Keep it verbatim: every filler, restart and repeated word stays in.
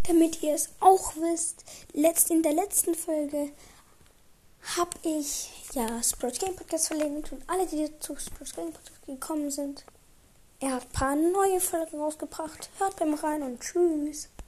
damit ihr es auch wisst, letzt, in der letzten Folge habe ich ja Sprout Game Podcast verlinkt und alle, die zu Sprout Game Podcast gekommen sind, er hat ein paar neue Folgen rausgebracht. Hört beim rein und tschüss.